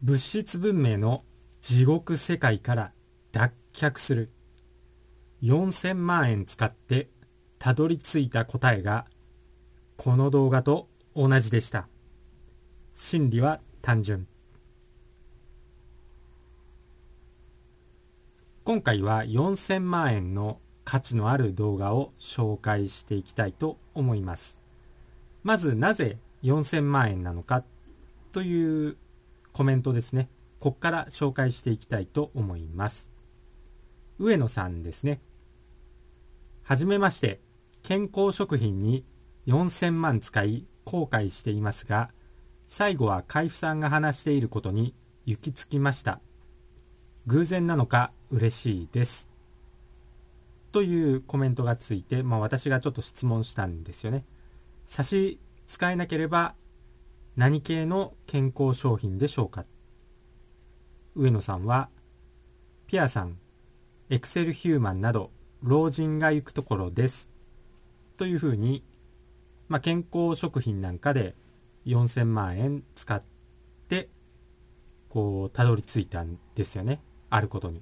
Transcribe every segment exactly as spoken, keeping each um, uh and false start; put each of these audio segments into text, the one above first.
物質文明の地獄世界から脱却する。よんせんまんえん使ってたどり着いた答えがこの動画と同じでした。真理は単純。今回はよんせんまんえんの価値のある動画を紹介していきたいと思います。まずなぜよんせんまんえんなのかというコメントですね。ここから紹介していきたいと思います。上野さんですね。はじめまして。健康食品によんせんまん使い後悔していますが、最後は海部さんが話していることに行き着きました。偶然なのか嬉しいです。というコメントがついて、まあ私がちょっと質問したんですよね。差し支えなければ何系の健康商品でしょうか。上野さんは、ピアさん、エクセルヒューマンなど老人が行くところです。というふうに、まあ、健康食品なんかでよんせんまんえん使って、こう、たどり着いたんですよね。あることに。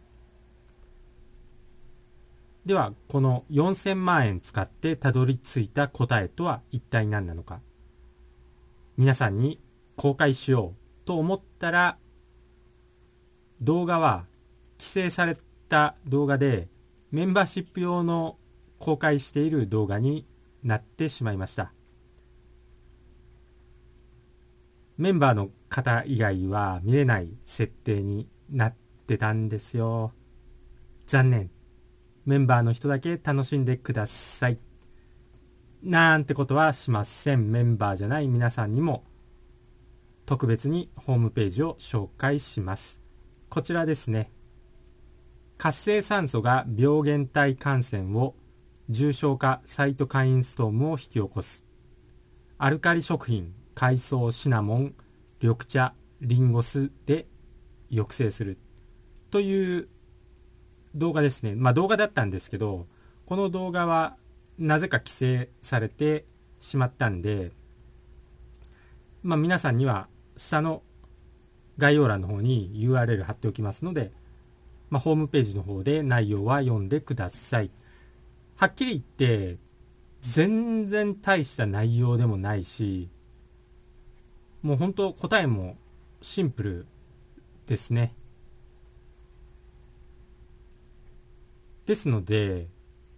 では、このよんせんまんえん使ってたどり着いた答えとは一体何なのか。皆さんに公開しようと思ったら、動画は規制された動画でメンバーシップ用の公開している動画になってしまいました。メンバーの方以外は見れない設定になってたんですよ。残念。メンバーの人だけ楽しんでください。なんてことはしません。メンバーじゃない皆さんにも特別にホームページを紹介します。こちらですね。活性酸素が病原体感染を重症化サイトカインストームを引き起こす。アルカリ食品、海藻、シナモン、緑茶、リンゴ酢で抑制する。という動画ですね。まあ動画だったんですけど、この動画はなぜか規制されてしまったんで、まあ皆さんには下の概要欄の方に ユーアールエル 貼っておきますので、まあ、ホームページの方で内容は読んでください。はっきり言って全然大した内容でもないし、もう本当答えもシンプルですね。ですので、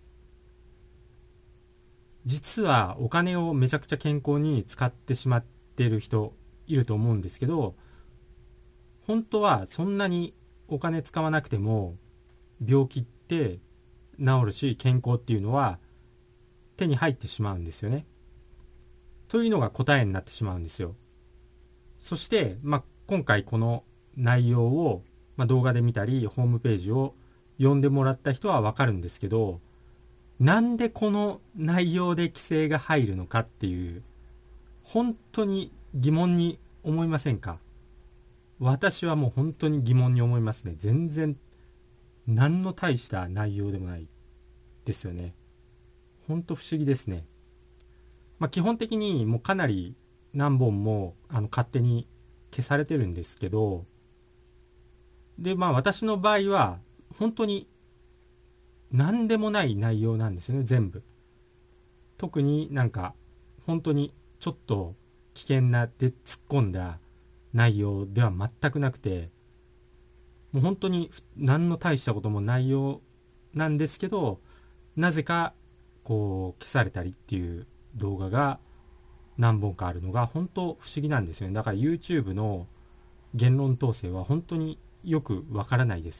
実はお金をめちゃくちゃ健康に使ってしまっている人いると思うんですけど、本当はそんなにお金使わなくても病気って治るし、健康っていうのは手に入ってしまうんですよね。というのが答えになってしまうんですよ。そして、まあ、今回この内容を、まあ、動画で見たりホームページを読んでもらった人はわかるんですけど、なんでこの内容で規制が入るのかっていう本当に疑問に思いませんか？私はもう本当に疑問に思いますね。全然何の大した内容でもないですよね。本当不思議ですね。まあ基本的にもうかなり何本もあの勝手に消されてるんですけど、でまあ私の場合は本当に何でもない内容なんですよね、全部。特になんか本当にちょっと危険なで突っ込んだ内容では全くなくて、もう本当に何の大したこともないようなんですけど、なぜかこう消されたりっていう動画が何本かあるのが本当不思議なんですよね。だから YouTube の言論統制は本当によくわからないです。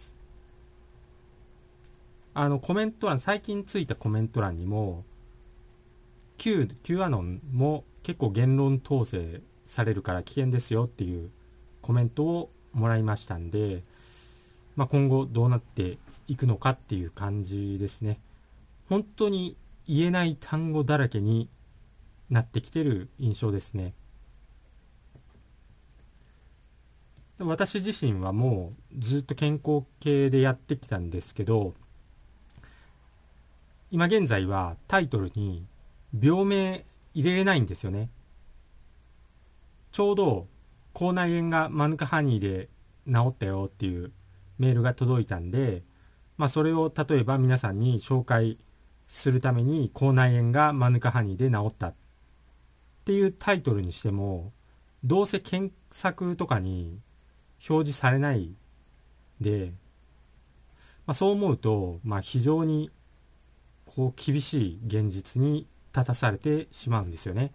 あのコメント欄、最近ついたコメント欄にも Q, Q アノンも結構言論統制されるから危険ですよっていうコメントをもらいましたんで、まあ、今後どうなっていくのかっていう感じですね。本当に言えない単語だらけになってきてる印象ですね。私自身はもうずっと健康系でやってきたんですけど、今現在はタイトルに病名入れれないんですよね。ちょうど口内炎がマヌカハニーで治ったよっていうメールが届いたんで、まあ、それを例えば皆さんに紹介するために口内炎がマヌカハニーで治ったっていうタイトルにしても、どうせ検索とかに表示されないで、まあ、そう思うと、まあ、非常にこう厳しい現実に立たされてしまうんですよね。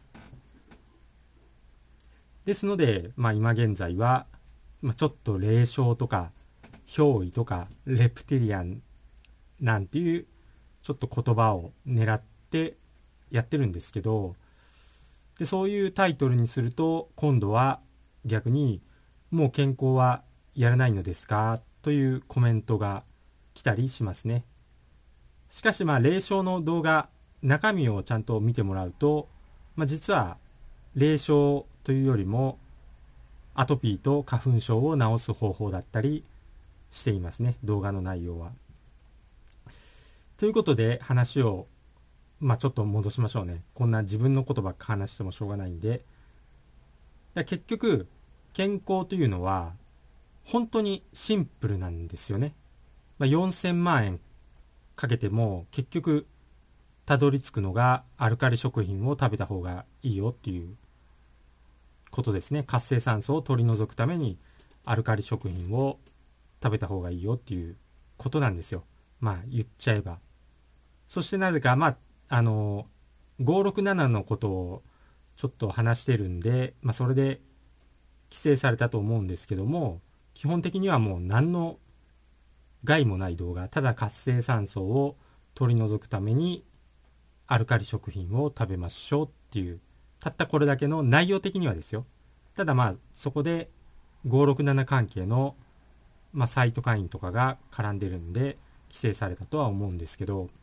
ですので、まあ、今現在は、まあ、ちょっと霊障とか憑依とかレプティリアンなんていうちょっと言葉を狙ってやってるんですけど、でそういうタイトルにすると今度は逆にもう健康はやらないのですかというコメントが来たりしますね。しかしまあ霊障の動画中身をちゃんと見てもらうと、まあ、実は霊障というよりもアトピーと花粉症を治す方法だったりしていますね、動画の内容は。ということで話をまあちょっと戻しましょうね。こんな自分のことばっか話してもしょうがないんで。で結局健康というのは本当にシンプルなんですよね。まあ、よんせんまんえんかけても結局たどり着くのがアルカリ食品を食べた方がいいよっていうことですね。活性酸素を取り除くためにアルカリ食品を食べた方がいいよっていうことなんですよ。まあ言っちゃえば。そしてなぜかまああのごろくななのことをちょっと話してるんで、まあ、それで規制されたと思うんですけども、基本的にはもう何の害もない動画、ただ活性酸素を取り除くためにアルカリ食品を食べましょうっていう、たったこれだけの内容的にはですよ。ただまあそこでごろくなな関係の、まあ、サイトカインとかが絡んでるんで規制されたとは思うんですけど、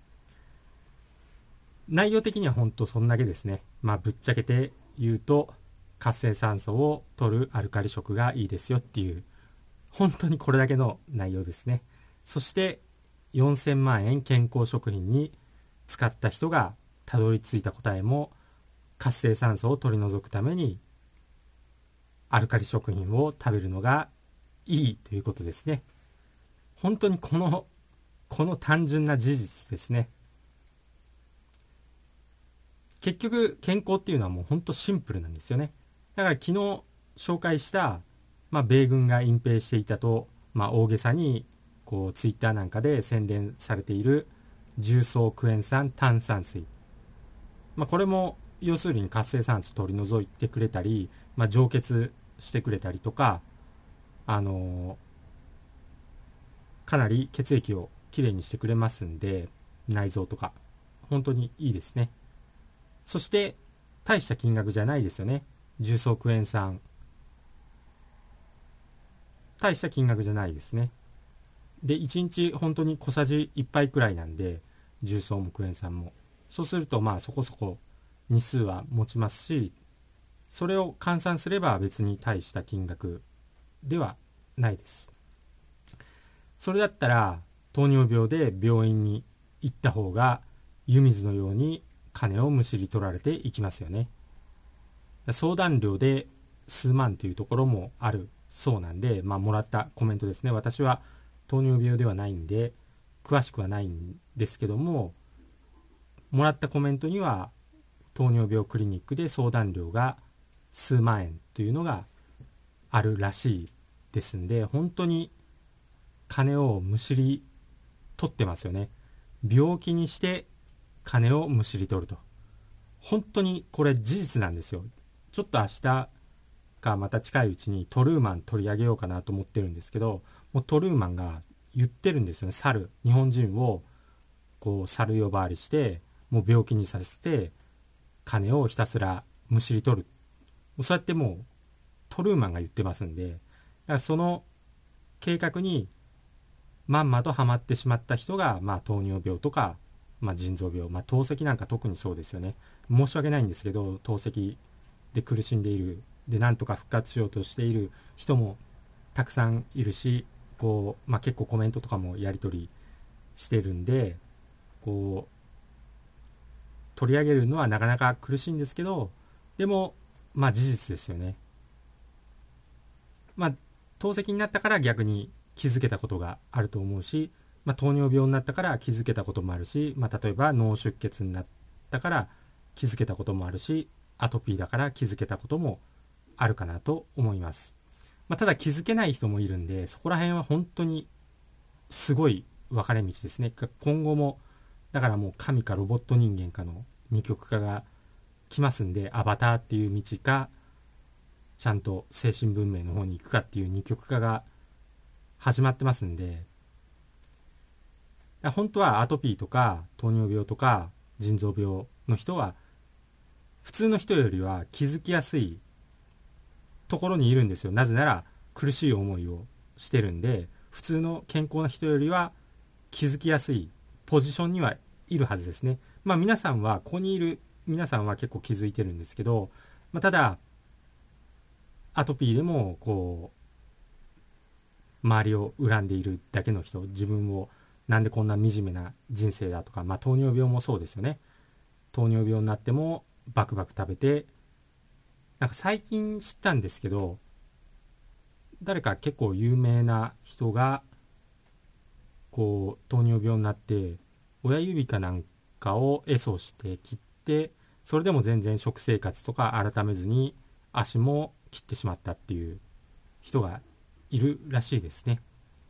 内容的には本当そんだけですね。まあぶっちゃけて言うと活性酸素を取るアルカリ食がいいですよっていう、本当にこれだけの内容ですね。そしてよんせんまんえん健康食品に使った人がたどり着いた答えも活性酸素を取り除くためにアルカリ食品を食べるのがいいということですね。本当にこのこの単純な事実ですね。結局健康っていうのはもう本当シンプルなんですよね。だから昨日紹介した、まあ、米軍が隠蔽していたと、まあ、大げさにこうツイッターなんかで宣伝されている重曹クエン酸炭酸水、まあ、これも要するに活性酸素取り除いてくれたり、まあ、浄結してくれたりとか、あのー、かなり血液をきれいにしてくれますんで、内臓とか本当にいいですね。そして大した金額じゃないですよね。重曹クエン酸大した金額じゃないですね。でいちにち本当に小さじいっぱいくらいなんで、重曹もクエン酸もそうするとまあそこそこ日数は持ちますし、それを換算すれば別に大した金額ではないです。それだったら糖尿病で病院に行った方が湯水のように金をむしり取られていきますよね。相談料で数万というところもあるそうなんで、まあもらったコメントですね。私は糖尿病ではないんで詳しくはないんですけども、もらったコメントには糖尿病クリニックで相談料が数万円というのがあるらしいですんで、本当に金をむしり取ってますよね。病気にして金をむしり取ると、本当にこれ事実なんですよ。ちょっと明日かまた近いうちにトルーマン取り上げようかなと思ってるんですけど、もうトルーマンが言ってるんですよね。猿日本人をこう猿呼ばわりしてもう病気にさせて金をひたすらむしり取る、もうそうやってもうトルーマンが言ってますんで、だからその計画にまんまとハマってしまった人が、まあ、糖尿病とか、まあ、腎臓病、まあ、透析なんか特にそうですよね。申し訳ないんですけど、透析で苦しんでいる、でなんとか復活しようとしている人もたくさんいるし、こう、まあ、結構コメントとかもやり取りしてるんで、こう取り上げるのはなかなか苦しいんですけど、でもまあ事実ですよね。まあ透析になったから逆に気づけたことがあると思うし、まあ、糖尿病になったから気づけたこともあるし、まあ、例えば脳出血になったから気づけたこともあるし、アトピーだから気づけたこともあるかなと思います。まあ、ただ気づけない人もいるんで、そこら辺は本当にすごい分かれ道ですね。今後もだからもう神かロボット人間かの二極化が来ますんで、アバターっていう道かちゃんと精神文明の方に行くかっていう二極化が始まってますんで、本当はアトピーとか糖尿病とか腎臓病の人は普通の人よりは気づきやすいところにいるんですよ。なぜなら苦しい思いをしてるんで、普通の健康な人よりは気づきやすいポジションにはいるはずですね。まあ皆さんはここにいる皆さんは結構気づいてるんですけど、まあ、ただアトピーでもこう周りを恨んでいるだけの人、自分をなんでこんな惨めな人生だとか、まあ糖尿病もそうですよね。糖尿病になってもバクバク食べて、なんか最近知ったんですけど、誰か結構有名な人がこう糖尿病になって親指かなんかをエソして切って、それでも全然食生活とか改めずに足も切ってしまったっていう人がいるらしいですね。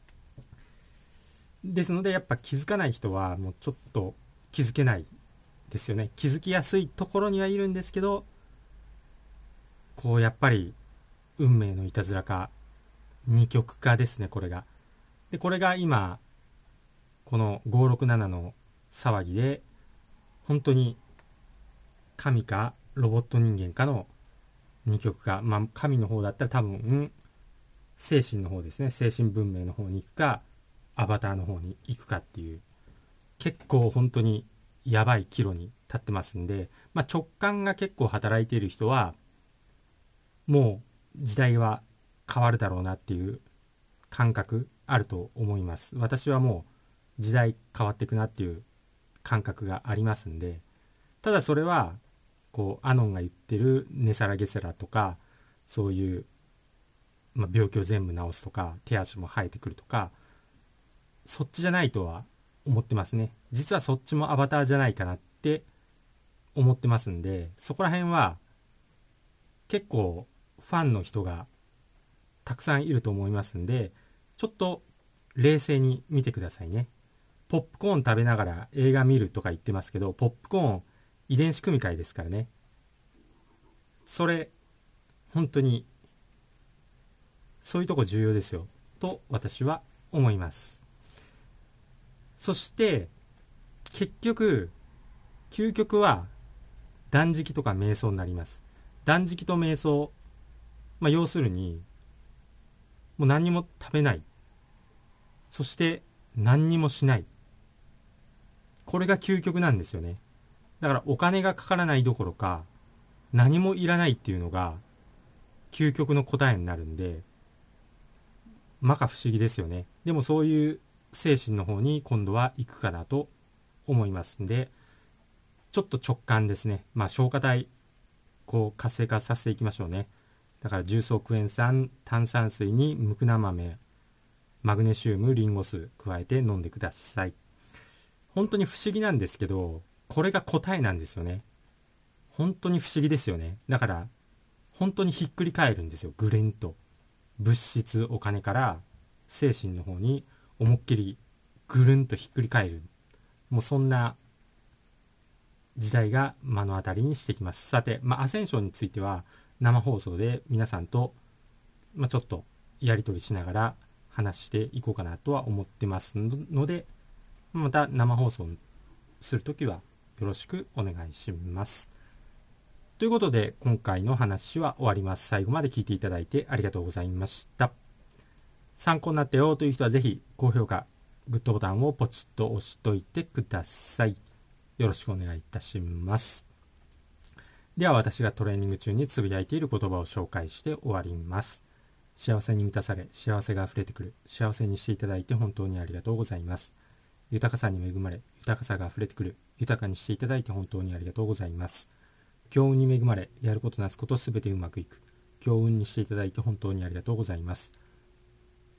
ですのでやっぱ気づかない人はもうちょっと気づけないですよね。気づきやすいところにはいるんですけど、こうやっぱり運命のいたずらか二極化ですね、これが。でこれが今このごーろくななの騒ぎで本当に神かロボット人間かの二極化、まあ神の方だったら多分、うん、精神の方ですね、精神文明の方に行くかアバターの方に行くかっていう、結構本当にやばい岐路に立ってますんで、まあ、直感が結構働いている人はもう時代は変わるだろうなっていう感覚あると思います。私はもう時代変わっていくなっていう感覚がありますんで、ただそれはこうアノンが言ってるネサラゲセラとかそういう、まあ、病気を全部治すとか手足も生えてくるとか、そっちじゃないとは思ってますね。実はそっちもアバターじゃないかなって思ってますんで、そこら辺は結構ファンの人がたくさんいると思いますんで、ちょっと冷静に見てくださいね。ポップコーン食べながら映画見るとか言ってますけど、ポップコーン遺伝子組み換えですからね。それ本当にそういうとこ重要ですよと私は思います。そして結局究極は断食とか瞑想になります。断食と瞑想、まあ、要するにもう何にも食べない、そして何にもしない、これが究極なんですよね。だからお金がかからないどころか何もいらないっていうのが究極の答えになるんで、摩訶不思議ですよね。でもそういう精神の方に今度は行くかなと思いますんで、ちょっと直感ですね。まあ消化体こう活性化させていきましょうね。だから重曹クエン酸、炭酸水にムクナ豆、マグネシウム、リンゴ酢加えて飲んでください。本当に不思議なんですけど、これが答えなんですよね。本当に不思議ですよね。だから本当にひっくり返るんですよ、ぐるんと。物質お金から精神の方に思いっきりぐるんとひっくり返る、もうそんな時代が目の当たりにしてきます。さて、まあ、アセンションについては生放送で皆さんと、まあ、ちょっとやり取りしながら話していこうかなとは思ってますので、また生放送するときはよろしくお願いします。ということで今回の話は終わります。最後まで聞いていただいてありがとうございました。参考になったよという人はぜひ高評価、グッドボタンをポチッと押しといてください。よろしくお願いいたします。では私がトレーニング中につぶやいている言葉を紹介して終わります。幸せに満たされ、幸せが溢れてくる、幸せにしていただいて本当にありがとうございます。豊かさに恵まれ、豊かさが溢れてくる、豊かにしていただいて本当にありがとうございます。強運に恵まれ、やることなすことすべてうまくいく、強運にしていただいて本当にありがとうございます。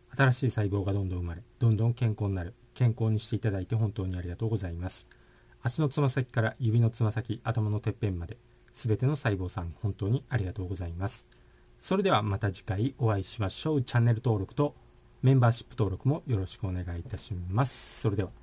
新しい細胞がどんどん生まれ、どんどん健康になる。健康にしていただいて本当にありがとうございます。足のつま先から指のつま先、頭のてっぺんまで、すべての細胞さん、本当にありがとうございます。それではまた次回お会いしましょう。チャンネル登録とメンバーシップ登録もよろしくお願いいたします。それでは。